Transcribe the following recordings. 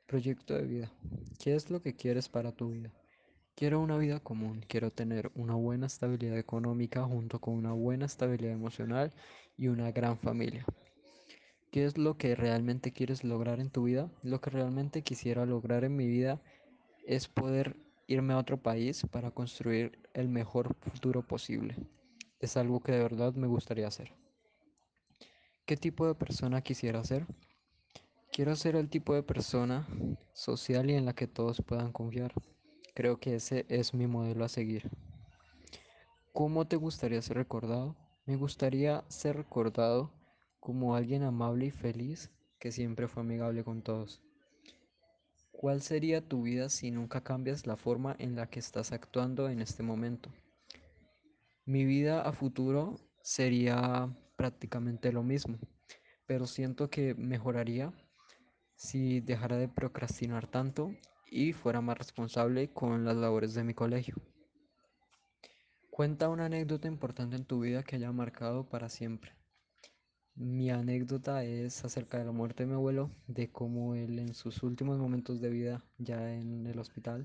Proyecto de vida. ¿Qué es lo que quieres para tu vida? Quiero una vida común, quiero tener una buena estabilidad económica junto con una buena estabilidad emocional y una gran familia. ¿Qué es lo que realmente quieres lograr en tu vida? Lo que realmente quisiera lograr en mi vida es poder irme a otro país para construir el mejor futuro posible. Es algo que de verdad me gustaría hacer. ¿Qué tipo de persona quisiera ser? Quiero ser el tipo de persona social y en la que todos puedan confiar. Creo que ese es mi modelo a seguir. ¿Cómo te gustaría ser recordado? Me gustaría ser recordado como alguien amable y feliz que siempre fue amigable con todos. ¿Cuál sería tu vida si nunca cambias la forma en la que estás actuando en este momento? Mi vida a futuro sería prácticamente lo mismo, pero siento que mejoraría si dejara de procrastinar tanto y fuera más responsable con las labores de mi colegio. Cuenta una anécdota importante en tu vida que haya marcado para siempre. Mi anécdota es acerca de la muerte de mi abuelo, de cómo él en sus últimos momentos de vida, ya en el hospital,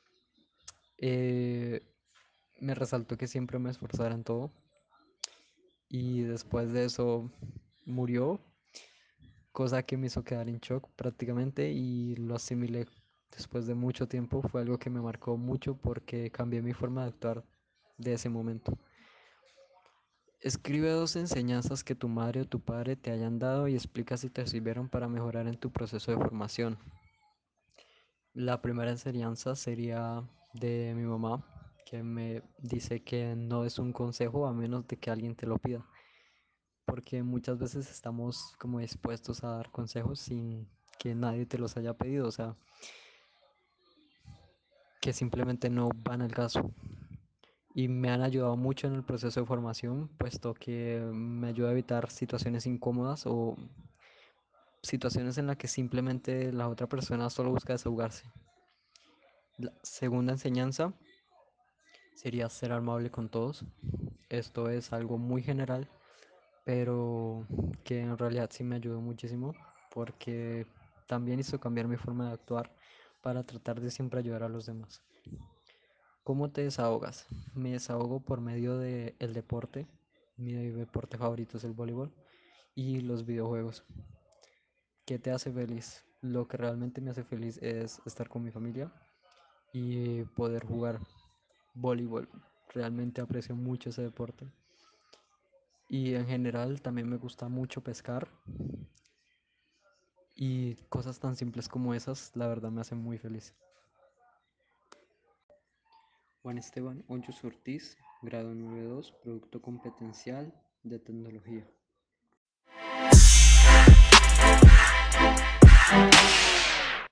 eh, me resaltó que siempre me esforzara en todo y después de eso murió, cosa que me hizo quedar en shock prácticamente y lo asimilé después de mucho tiempo. Fue algo que me marcó mucho porque cambié mi forma de actuar de ese momento. Escribe dos enseñanzas que tu madre o tu padre te hayan dado y explica si te sirvieron para mejorar en tu proceso de formación. La primera enseñanza sería de mi mamá, que me dice que no es un consejo a menos de que alguien te lo pida, porque muchas veces estamos como dispuestos a dar consejos sin que nadie te los haya pedido, o sea, que simplemente no van al caso. Y me han ayudado mucho en el proceso de formación, puesto que me ayuda a evitar situaciones incómodas o situaciones en las que simplemente la otra persona solo busca desahogarse. La segunda enseñanza sería ser amable con todos. Esto es algo muy general, pero que en realidad sí me ayudó muchísimo porque también hizo cambiar mi forma de actuar para tratar de siempre ayudar a los demás. ¿Cómo te desahogas? Me desahogo por medio del deporte. Mi deporte favorito es el voleibol y los videojuegos. ¿Qué te hace feliz? Lo que realmente me hace feliz es estar con mi familia y poder jugar voleibol. Realmente aprecio mucho ese deporte. Y en general también me gusta mucho pescar y cosas tan simples como esas, la verdad me hacen muy feliz. Juan Esteban Hoyos Ortiz, grado 92, Producto Competencial de Tecnología.